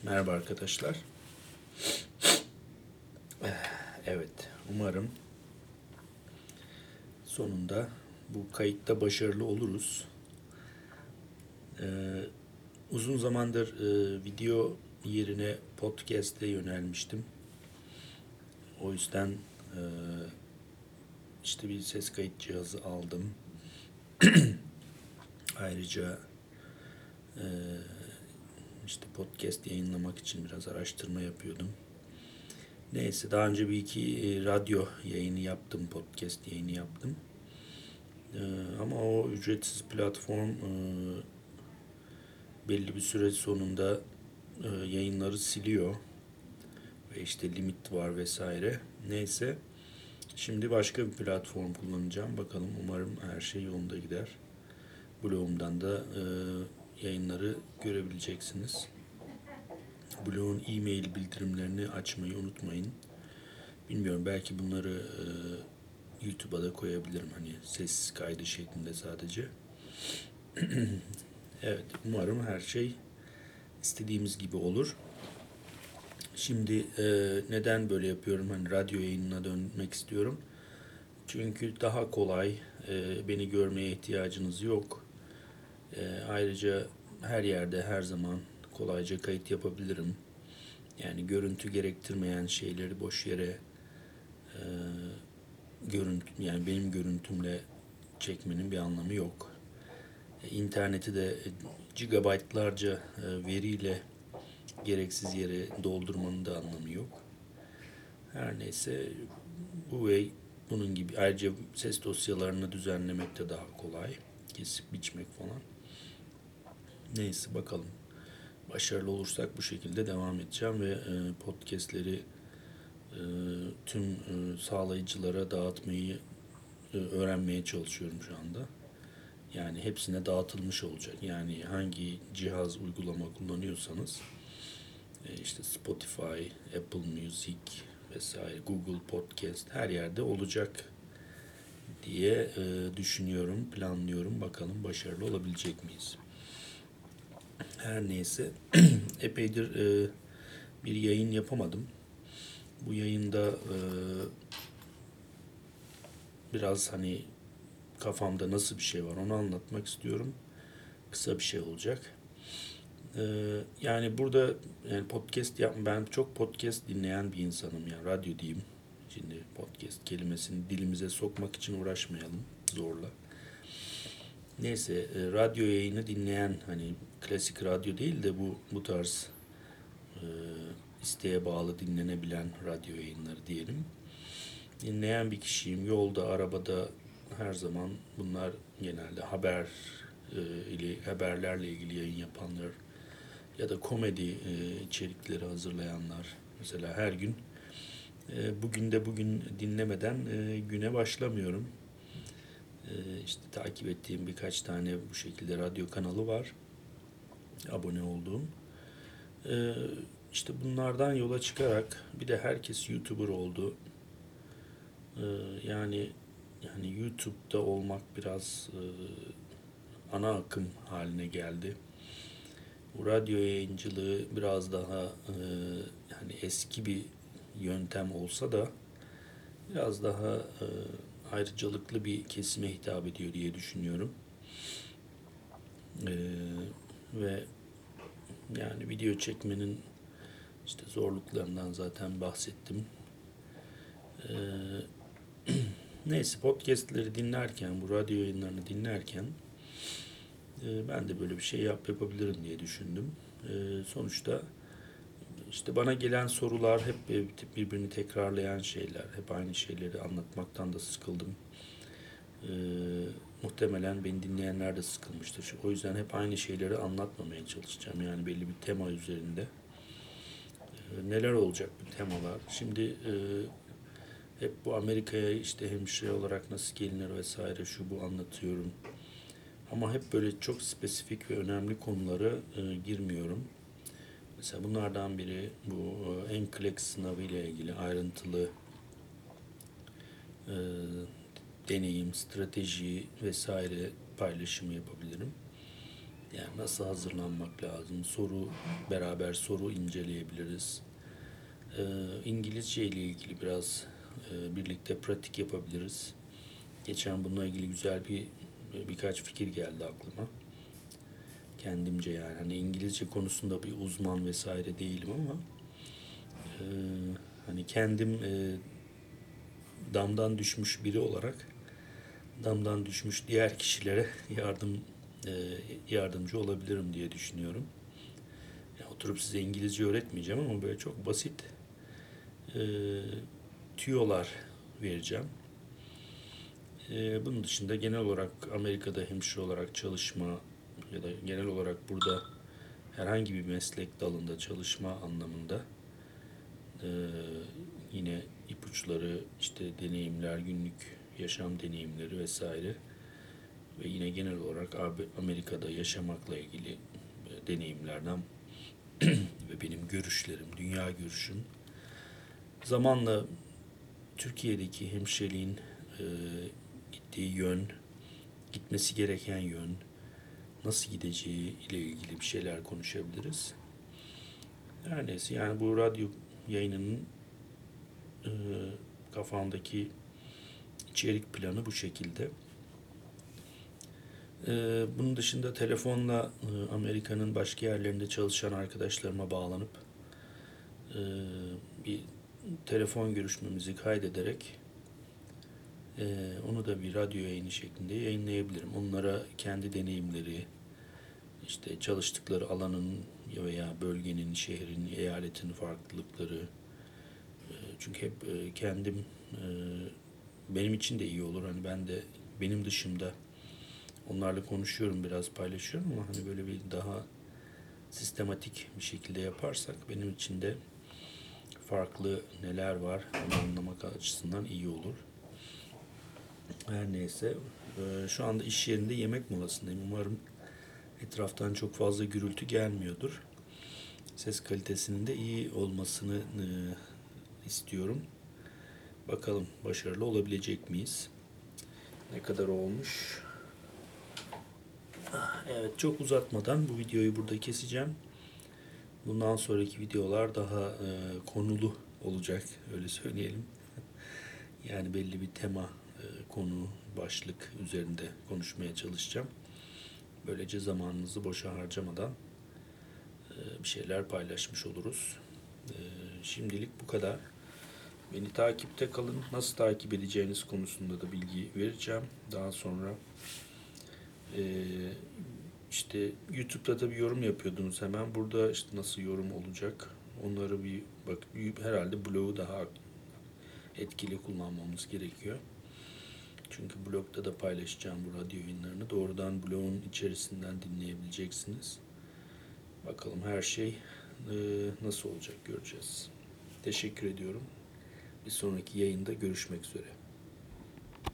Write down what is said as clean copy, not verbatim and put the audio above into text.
Merhaba arkadaşlar. Evet, umarım sonunda bu kayıtta başarılı oluruz. Ee, Uzun zamandır video yerine podcast'e yönelmiştim. O yüzden e, işte bir ses kayıt cihazı aldım. Ayrıca e, işte podcast yayınlamak için biraz araştırma yapıyordum. Neyse daha önce bir iki radyo yayını yaptım, podcast yayını yaptım. Ama o ücretsiz platform belli bir süre sonunda yayınları siliyor ve işte limit var vesaire. Neyse şimdi başka bir platform kullanacağım. Bakalım umarım her şey yolunda gider. Blogumdan da yayınları görebileceksiniz. Blogun e-mail bildirimlerini açmayı unutmayın. Bilmiyorum belki bunları YouTube'a da koyabilirim hani ses kaydı şeklinde sadece. Evet umarım her şey istediğimiz gibi olur. Şimdi neden böyle yapıyorum? Hani radyo yayınına dönmek istiyorum. Çünkü daha kolay, beni görmeye ihtiyacınız yok. Ayrıca her yerde her zaman kolayca kayıt yapabilirim. Yani görüntü gerektirmeyen şeyleri boş yere e, yani benim görüntümle çekmenin bir anlamı yok. İnterneti de gigabaytlarca veriyle gereksiz yere doldurmanın da anlamı yok. Her neyse bu ve bunun gibi ayrıca ses dosyalarını düzenlemek de daha kolay. Kesip biçmek falan. Neyse bakalım. Başarılı olursak bu şekilde devam edeceğim ve podcastleri tüm sağlayıcılara dağıtmayı öğrenmeye çalışıyorum şu anda. Yani hepsine dağıtılmış olacak. Yani hangi cihaz uygulama kullanıyorsanız işte Spotify, Apple Music vesaire, Google Podcast her yerde olacak diye düşünüyorum, planlıyorum. Bakalım başarılı olabilecek miyiz? Her neyse epeydir bir yayın yapamadım. Bu yayında biraz hani kafamda nasıl bir şey var onu anlatmak istiyorum. Kısa bir şey olacak. Yani burada yani ben çok podcast dinleyen bir insanım ya radyo diyeyim. Şimdi podcast kelimesini dilimize sokmak için uğraşmayalım zorla. Neyse radyo yayını dinleyen hani klasik radyo değil de bu tarz e, isteğe bağlı dinlenebilen radyo yayınları diyelim. Dinleyen bir kişiyim. Yolda, arabada her zaman bunlar genelde haberlerle ilgili yayın yapanlar ya da komedi içerikleri hazırlayanlar. Mesela her gün bugün dinlemeden güne başlamıyorum. İşte takip ettiğim birkaç tane bu şekilde radyo kanalı var. Abone olduğum. E, işte bunlardan yola çıkarak bir de herkes YouTuber oldu. E, yani yani YouTube'da olmak biraz ana akım haline geldi. Bu radyo yayıncılığı biraz daha yani eski bir yöntem olsa da biraz daha ayrıcalıklı bir kesime hitap ediyor diye düşünüyorum. E, ve yani video çekmenin işte zorluklarından zaten bahsettim. E, neyse podcastleri dinlerken, bu radyo yayınlarını dinlerken ben de böyle bir şey yapabilirim diye düşündüm. Sonuçta işte bana gelen sorular hep birbirini tekrarlayan şeyler. Hep aynı şeyleri anlatmaktan da sıkıldım. Ee, muhtemelen beni dinleyenler de sıkılmıştır. O yüzden hep aynı şeyleri anlatmamaya çalışacağım. Yani belli bir tema üzerinde. Neler olacak bu temalar? Şimdi hep bu Amerika'ya işte hemşire olarak nasıl gelinir vesaire şu bu anlatıyorum. Ama hep böyle çok spesifik ve önemli konulara girmiyorum. Mesela bunlardan biri bu NCLEX sınavı ile ilgili ayrıntılı e, deneyim, strateji vesaire paylaşımı yapabilirim. Yani nasıl hazırlanmak lazım? Beraber soru inceleyebiliriz. İngilizce ile ilgili biraz birlikte pratik yapabiliriz. Geçen bununla ilgili birkaç fikir geldi aklıma. Kendimce yani hani İngilizce konusunda bir uzman vesaire değilim ama e, hani kendim damdan düşmüş biri olarak damdan düşmüş diğer kişilere e, yardımcı olabilirim diye düşünüyorum. Yani oturup size İngilizce öğretmeyeceğim ama böyle çok basit e, tüyolar vereceğim. Bunun dışında genel olarak Amerika'da hemşire olarak çalışma ya da genel olarak burada herhangi bir meslek dalında çalışma anlamında e, yine ipuçları, işte deneyimler, günlük yaşam deneyimleri vesaire ve yine genel olarak Amerika'da yaşamakla ilgili deneyimlerden ve benim görüşlerim, dünya görüşüm zamanla Türkiye'deki hemşireliğin e, gittiği yön, gitmesi gereken yön, nasıl gideceği ile ilgili bir şeyler konuşabiliriz. Her neyse yani bu radyo yayınının e, kafamdaki içerik planı bu şekilde. Bunun dışında telefonla Amerika'nın başka yerlerinde çalışan arkadaşlarıma bağlanıp e, bir telefon görüşmemizi kaydederek onu da bir radyo yayını şeklinde yayınlayabilirim. Onlara kendi deneyimleri, işte çalıştıkları alanın veya bölgenin, şehrin, eyaletin farklılıkları. Çünkü hep benim için de iyi olur. Hani ben de benim dışımda onlarla konuşuyorum, biraz paylaşıyorum ama hani böyle bir daha sistematik bir şekilde yaparsak benim için de farklı neler var onu anlamak açısından iyi olur. Her neyse şu anda iş yerinde yemek molasındayım. Umarım etraftan çok fazla gürültü gelmiyordur. Ses kalitesinin de iyi olmasını istiyorum. Bakalım başarılı olabilecek miyiz? Ne kadar olmuş? Evet, çok uzatmadan bu videoyu burada keseceğim. Bundan sonraki videolar daha konulu olacak, öyle söyleyelim. Yani belli bir tema, konu, başlık üzerinde konuşmaya çalışacağım. Böylece zamanınızı boşa harcamadan bir şeyler paylaşmış oluruz. Şimdilik bu kadar. Beni takipte kalın. Nasıl takip edeceğiniz konusunda da bilgi vereceğim. Daha sonra işte YouTube'da da bir yorum yapıyordunuz hemen. Burada işte nasıl yorum olacak? Onları bir bak, herhalde blogu daha etkili kullanmamız gerekiyor. Çünkü blogda da paylaşacağım bu radyo yayınlarını. Doğrudan blogun içerisinden dinleyebileceksiniz. Bakalım her şey nasıl olacak göreceğiz. Teşekkür ediyorum. Bir sonraki yayında görüşmek üzere.